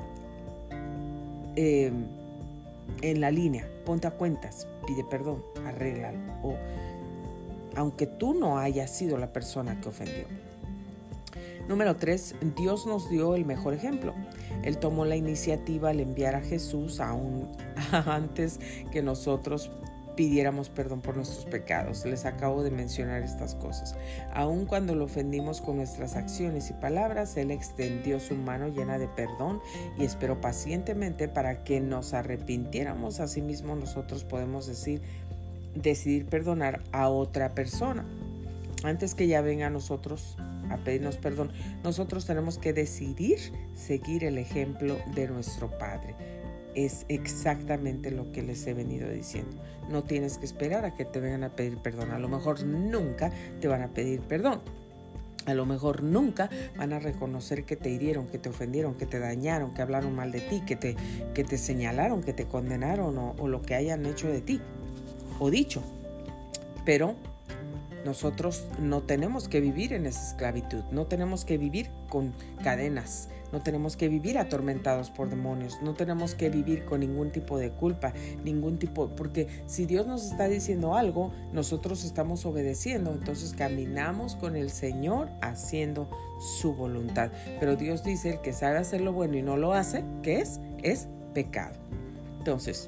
en la línea, ponte a cuentas, pide perdón, arréglalo, o aunque tú no hayas sido la persona que ofendió. Número 3, Dios nos dio el mejor ejemplo. Él tomó la iniciativa al enviar a Jesús aún antes que nosotros pidiéramos perdón por nuestros pecados. Les acabo de mencionar estas cosas. Aun cuando lo ofendimos con nuestras acciones y palabras, Él extendió su mano llena de perdón y esperó pacientemente para que nos arrepintiéramos. Asimismo, nosotros podemos decidir perdonar a otra persona. Antes que ella venga a nosotros a pedirnos perdón, nosotros tenemos que decidir seguir el ejemplo de nuestro Padre. Es exactamente lo que les he venido diciendo. No tienes que esperar a que te vengan a pedir perdón. A lo mejor nunca te van a pedir perdón. A lo mejor nunca van a reconocer que te hirieron, que te ofendieron, que te dañaron, que hablaron mal de ti, que te señalaron, que te condenaron o lo que hayan hecho de ti o dicho. Pero nosotros no tenemos que vivir en esa esclavitud, no tenemos que vivir con cadenas, no tenemos que vivir atormentados por demonios, no tenemos que vivir con ningún tipo de culpa, porque si Dios nos está diciendo algo, nosotros estamos obedeciendo, entonces caminamos con el Señor haciendo su voluntad. Pero Dios dice, el que sabe hacer lo bueno y no lo hace, ¿qué es? Es pecado. Entonces,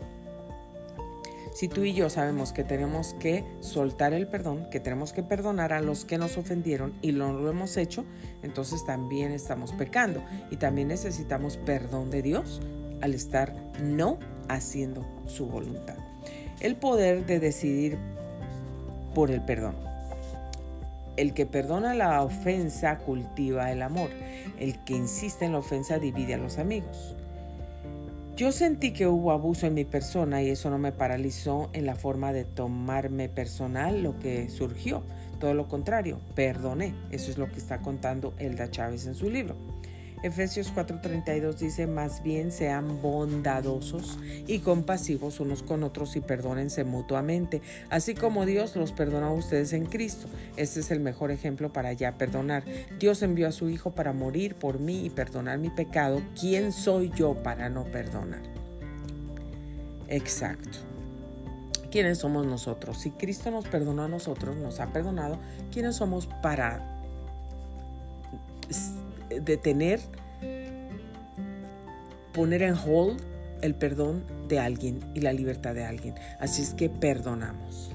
si tú y yo sabemos que tenemos que soltar el perdón, que tenemos que perdonar a los que nos ofendieron y lo hemos hecho, entonces también estamos pecando y también necesitamos perdón de Dios al estar no haciendo su voluntad. El poder de decidir por el perdón. El que perdona la ofensa cultiva el amor. El que insiste en la ofensa divide a los amigos. Yo sentí que hubo abuso en mi persona y eso no me paralizó en la forma de tomarme personal lo que surgió. Todo lo contrario, perdoné. Eso es lo que está contando Elda Chávez en su libro. Efesios 4:32 dice: más bien sean bondadosos y compasivos unos con otros y perdónense mutuamente, así como Dios los perdona a ustedes en Cristo. Este es el mejor ejemplo para ya perdonar. Dios envió a su Hijo para morir por mí y perdonar mi pecado. ¿Quién soy yo para no perdonar? Exacto. ¿Quiénes somos nosotros? Si Cristo nos perdonó a nosotros, nos ha perdonado, ¿quiénes somos para detener, poner en hold el perdón de alguien y la libertad de alguien? Así es que perdonamos.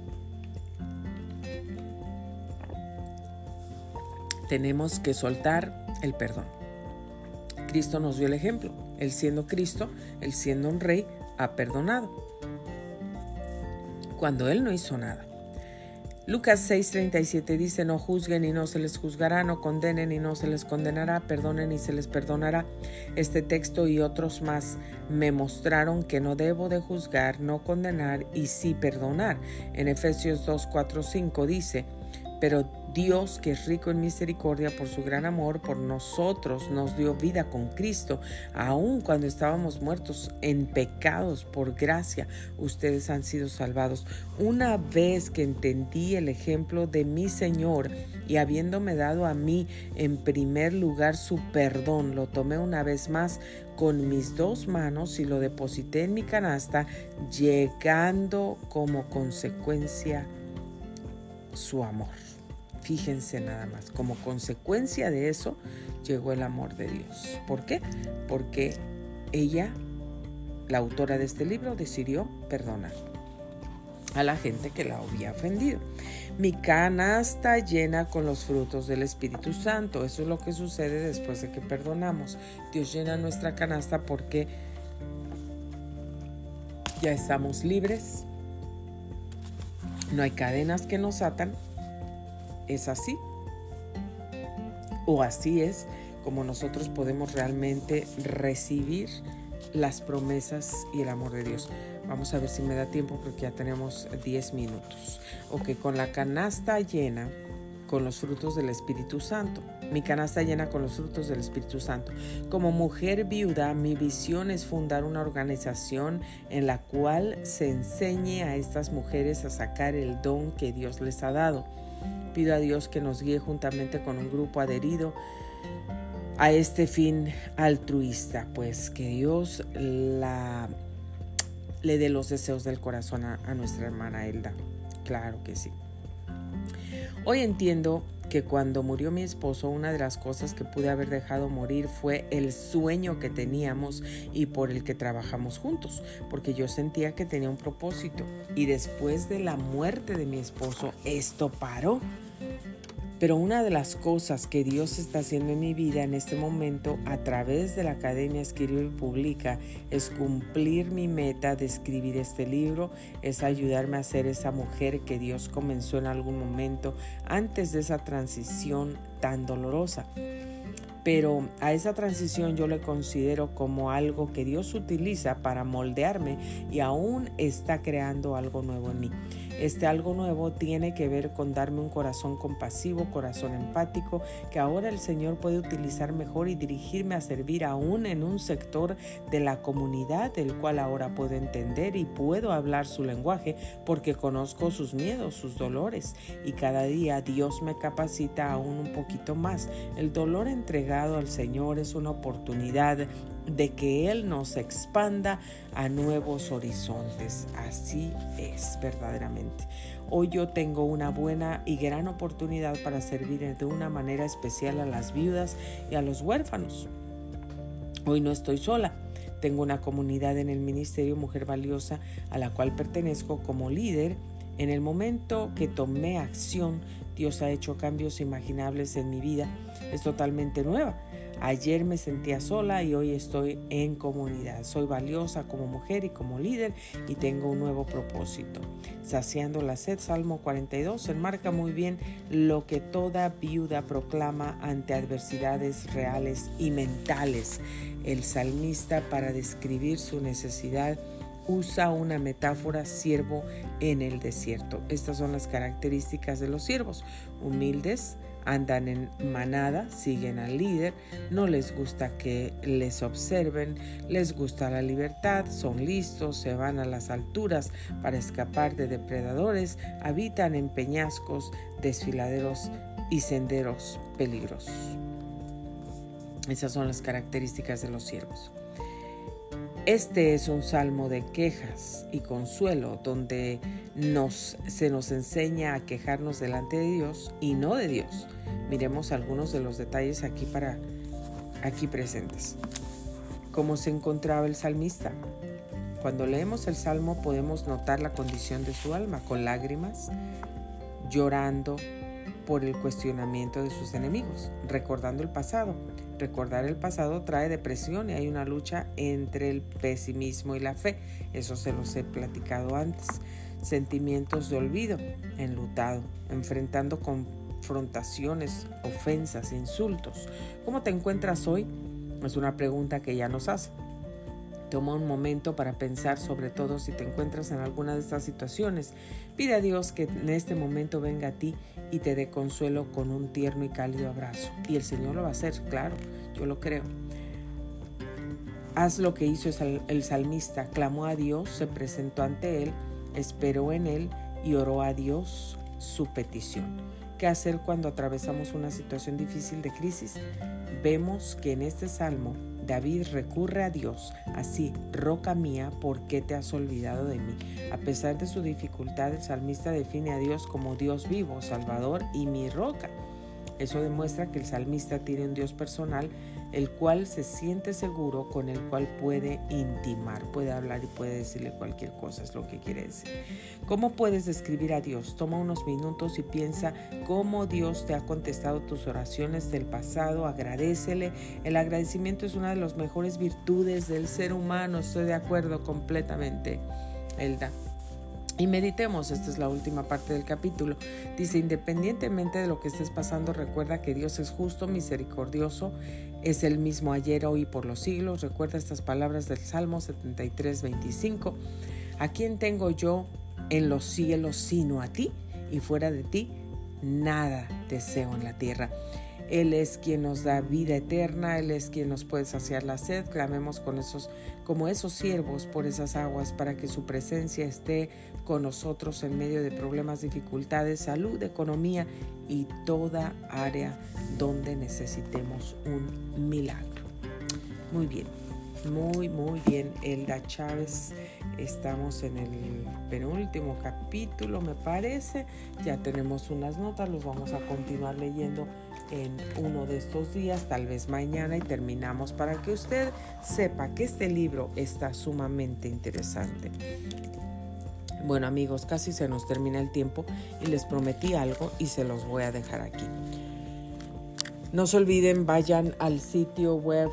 Tenemos que soltar el perdón. Cristo nos dio el ejemplo. Él siendo Cristo, Él siendo un rey, ha perdonado cuando Él no hizo nada. Lucas 6:37 dice: no juzguen y no se les juzgará, no condenen y no se les condenará, perdonen y se les perdonará. Este texto y otros más me mostraron que no debo de juzgar, no condenar y sí perdonar. En Efesios 2:4-5 dice: pero Dios, que es rico en misericordia por su gran amor por nosotros, nos dio vida con Cristo, aun cuando estábamos muertos en pecados. Por gracia ustedes han sido salvados. Una vez que entendí el ejemplo de mi Señor y habiéndome dado a mí en primer lugar su perdón, lo tomé una vez más con mis dos manos y lo deposité en mi canasta, llegando como consecuencia su amor. Fíjense nada más, como consecuencia de eso llegó el amor de Dios. ¿Por qué? Porque ella, la autora de este libro, decidió perdonar a la gente que la había ofendido. Mi canasta llena con los frutos del Espíritu Santo. Eso es lo que sucede después de que perdonamos. Dios llena nuestra canasta porque ya estamos libres. No hay cadenas que nos atan. ¿Es así? ¿O así es como nosotros podemos realmente recibir las promesas y el amor de Dios? Vamos a ver si me da tiempo porque ya tenemos 10 minutos. Ok, con la canasta llena con los frutos del Espíritu Santo. Mi canasta llena con los frutos del Espíritu Santo. Como mujer viuda, mi visión es fundar una organización en la cual se enseñe a estas mujeres a sacar el don que Dios les ha dado. Pido a Dios que nos guíe juntamente con un grupo adherido a este fin altruista, pues que Dios le dé los deseos del corazón a nuestra hermana Elda. Claro que sí. Hoy entiendo que cuando murió mi esposo, una de las cosas que pude haber dejado morir fue el sueño que teníamos y por el que trabajamos juntos, porque yo sentía que tenía un propósito. Y después de la muerte de mi esposo, esto paró. Pero una de las cosas que Dios está haciendo en mi vida en este momento a través de la Academia Escribe y Publica es cumplir mi meta de escribir este libro, es ayudarme a ser esa mujer que Dios comenzó en algún momento antes de esa transición tan dolorosa. Pero a esa transición yo le considero como algo que Dios utiliza para moldearme y aún está creando algo nuevo en mí. Este algo nuevo tiene que ver con darme un corazón compasivo, corazón empático, que ahora el Señor puede utilizar mejor y dirigirme a servir aún en un sector de la comunidad del cual ahora puedo entender y puedo hablar su lenguaje porque conozco sus miedos, sus dolores, y cada día Dios me capacita aún un poquito más. El dolor entregado al Señor es una oportunidad de que Él nos expanda a nuevos horizontes. Así es verdaderamente. Hoy yo tengo una buena y gran oportunidad para servir de una manera especial a las viudas y a los huérfanos. Hoy no estoy sola. Tengo una comunidad en el Ministerio Mujer Valiosa a la cual pertenezco como líder. En el momento que tomé acción, Dios ha hecho cambios imaginables en mi vida. Es totalmente nueva. Ayer me sentía sola y hoy estoy en comunidad. Soy valiosa como mujer y como líder y tengo un nuevo propósito. Saciando la sed, Salmo 42, enmarca muy bien lo que toda viuda proclama ante adversidades reales y mentales. El salmista, para describir su necesidad, usa una metáfora: siervo en el desierto. Estas son las características de los siervos: humildes, andan en manada, siguen al líder, no les gusta que les observen, les gusta la libertad, son listos, se van a las alturas para escapar de depredadores, habitan en peñascos, desfiladeros y senderos peligrosos. Esas son las características de los siervos. Este es un salmo de quejas y consuelo donde se nos enseña a quejarnos delante de Dios y no de Dios. Miremos algunos de los detalles aquí presentes. ¿Cómo se encontraba el salmista? Cuando leemos el salmo podemos notar la condición de su alma, con lágrimas, llorando por el cuestionamiento de sus enemigos, recordando el pasado. Recordar el pasado trae depresión y hay una lucha entre el pesimismo y la fe. Eso se los he platicado antes. Sentimientos de olvido, enlutado, enfrentando confrontaciones, ofensas, insultos. ¿Cómo te encuentras hoy? Es una pregunta que ya nos hace. Toma un momento para pensar, sobre todo si te encuentras en alguna de estas situaciones. Pide a Dios que en este momento venga a ti y te dé consuelo con un tierno y cálido abrazo. Y el Señor lo va a hacer, claro, yo lo creo. Haz lo que hizo el salmista: clamó a Dios, se presentó ante Él, esperó en Él y oró a Dios su petición. ¿Qué hacer cuando atravesamos una situación difícil de crisis? Vemos que en este salmo David recurre a Dios, así, roca mía, ¿por qué te has olvidado de mí? A pesar de su dificultad, el salmista define a Dios como Dios vivo, Salvador y mi roca. Eso demuestra que el salmista tiene un Dios personal, el cual se siente seguro, con el cual puede intimar, puede hablar y puede decirle cualquier cosa, es lo que quiere decir. ¿Cómo puedes describir a Dios? Toma unos minutos y piensa cómo Dios te ha contestado tus oraciones del pasado, agradécele. El agradecimiento es una de las mejores virtudes del ser humano, estoy de acuerdo completamente, Elda. Y meditemos, esta es la última parte del capítulo. Dice, independientemente de lo que estés pasando, recuerda que Dios es justo, misericordioso, es el mismo ayer, hoy y por los siglos. Recuerda estas palabras del Salmo 73:25. ¿A quién tengo yo en los cielos sino a ti? Y fuera de ti, nada deseo en la tierra. Él es quien nos da vida eterna, Él es quien nos puede saciar la sed. Clamemos como esos siervos por esas aguas, para que su presencia esté con nosotros en medio de problemas, dificultades, salud, economía y toda área donde necesitemos un milagro. Muy bien, muy bien, Elda Chávez. Estamos en el penúltimo capítulo, me parece. Ya tenemos unas notas, los vamos a continuar leyendo en uno de estos días, tal vez mañana, y terminamos, para que usted sepa que este libro está sumamente interesante. Bueno, amigos, casi se nos termina el tiempo y les prometí algo y se los voy a dejar aquí. No se olviden, vayan al sitio web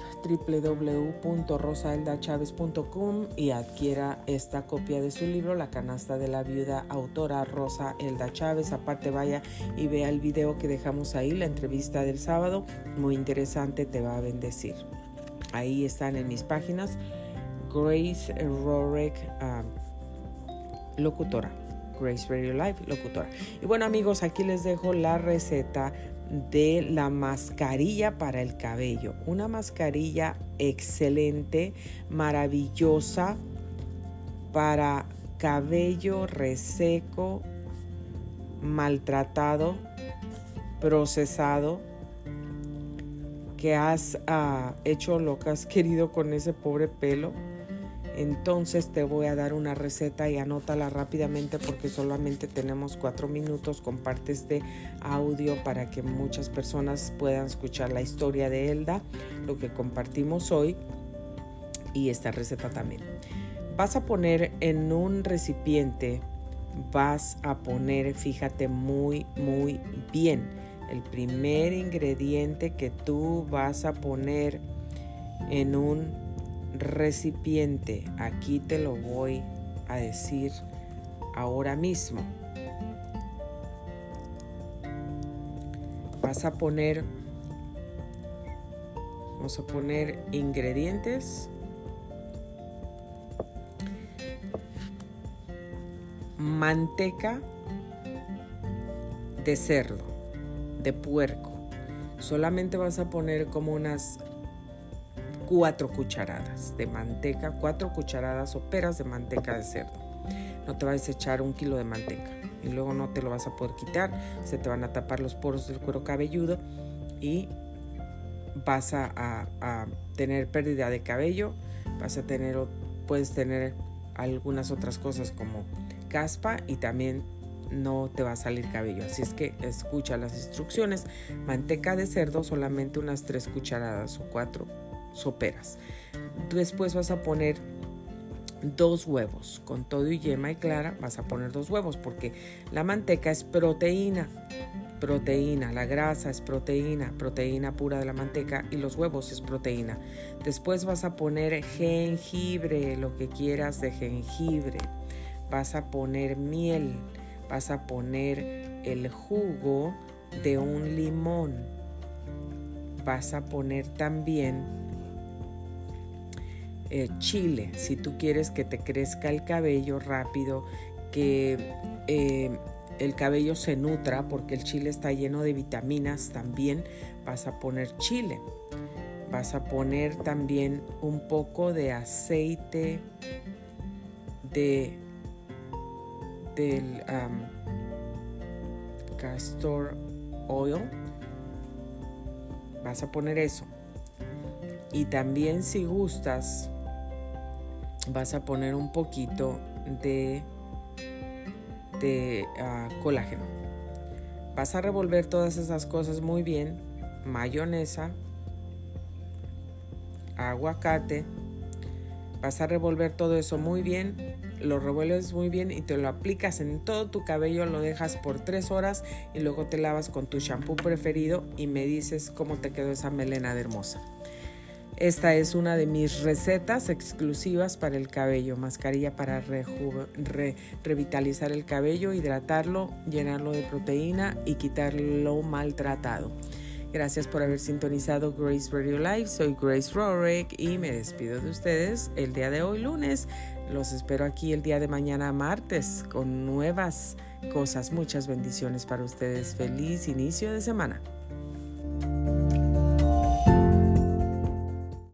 www.rosaeldachavez.com y adquiera esta copia de su libro, La canasta de la viuda, autora Rosa Elda Chávez. Aparte, vaya y vea el video que dejamos ahí, la entrevista del sábado, muy interesante, te va a bendecir. Ahí están en mis páginas, Grace Rorek, locutora, Grace Radio Live, locutora. Y bueno, amigos, aquí les dejo la receta de la mascarilla para el cabello. Una mascarilla excelente, maravillosa para cabello reseco, maltratado, procesado, que has hecho lo que has querido con ese pobre pelo. Entonces te voy a dar una receta y anótala rápidamente, porque solamente tenemos 4 minutos. Comparte este audio para que muchas personas puedan escuchar la historia de Elda, lo que compartimos hoy, y esta receta también. Vas a poner en un recipiente, fíjate muy bien, el primer ingrediente que tú vas a poner en un recipiente, aquí te lo voy a decir ahora mismo. Vamos a poner ingredientes: manteca de cerdo, de puerco. Solamente vas a poner como unas 4 cucharadas de manteca, 4 cucharadas soperas de manteca de cerdo. No te vas a echar 1 kilo de manteca y luego no te lo vas a poder quitar, se te van a tapar los poros del cuero cabelludo y vas a tener pérdida de cabello, puedes tener algunas otras cosas como caspa, y también no te va a salir cabello. Así es que escucha las instrucciones. Manteca de cerdo, solamente unas 3 cucharadas o 4 soperas. Después vas a poner 2 huevos con todo y yema y clara. Vas a poner 2 huevos porque la manteca es proteína, la grasa es proteína pura de la manteca, y los huevos es proteína. Después vas a poner jengibre, lo que quieras de jengibre. Vas a poner miel, vas a poner el jugo de un limón. Vas a poner también chile, si tú quieres que te crezca el cabello rápido, que el cabello se nutra, porque el chile está lleno de vitaminas también. Vas a poner chile. Vas a poner también un poco de aceite del castor oil. Vas a poner eso. Y también, si gustas, vas a poner un poquito de colágeno. Vas a revolver todas esas cosas muy bien. Mayonesa, aguacate. Vas a revolver todo eso muy bien. Lo revuelves muy bien y te lo aplicas en todo tu cabello. Lo dejas por 3 horas y luego te lavas con tu shampoo preferido y me dices cómo te quedó esa melena de hermosa. Esta es una de mis recetas exclusivas para el cabello. Mascarilla para revitalizar el cabello, hidratarlo, llenarlo de proteína y quitarlo maltratado. Gracias por haber sintonizado Grace Radio Live. Soy Grace Rorick y me despido de ustedes el día de hoy, lunes. Los espero aquí el día de mañana, martes, con nuevas cosas. Muchas bendiciones para ustedes. Feliz inicio de semana.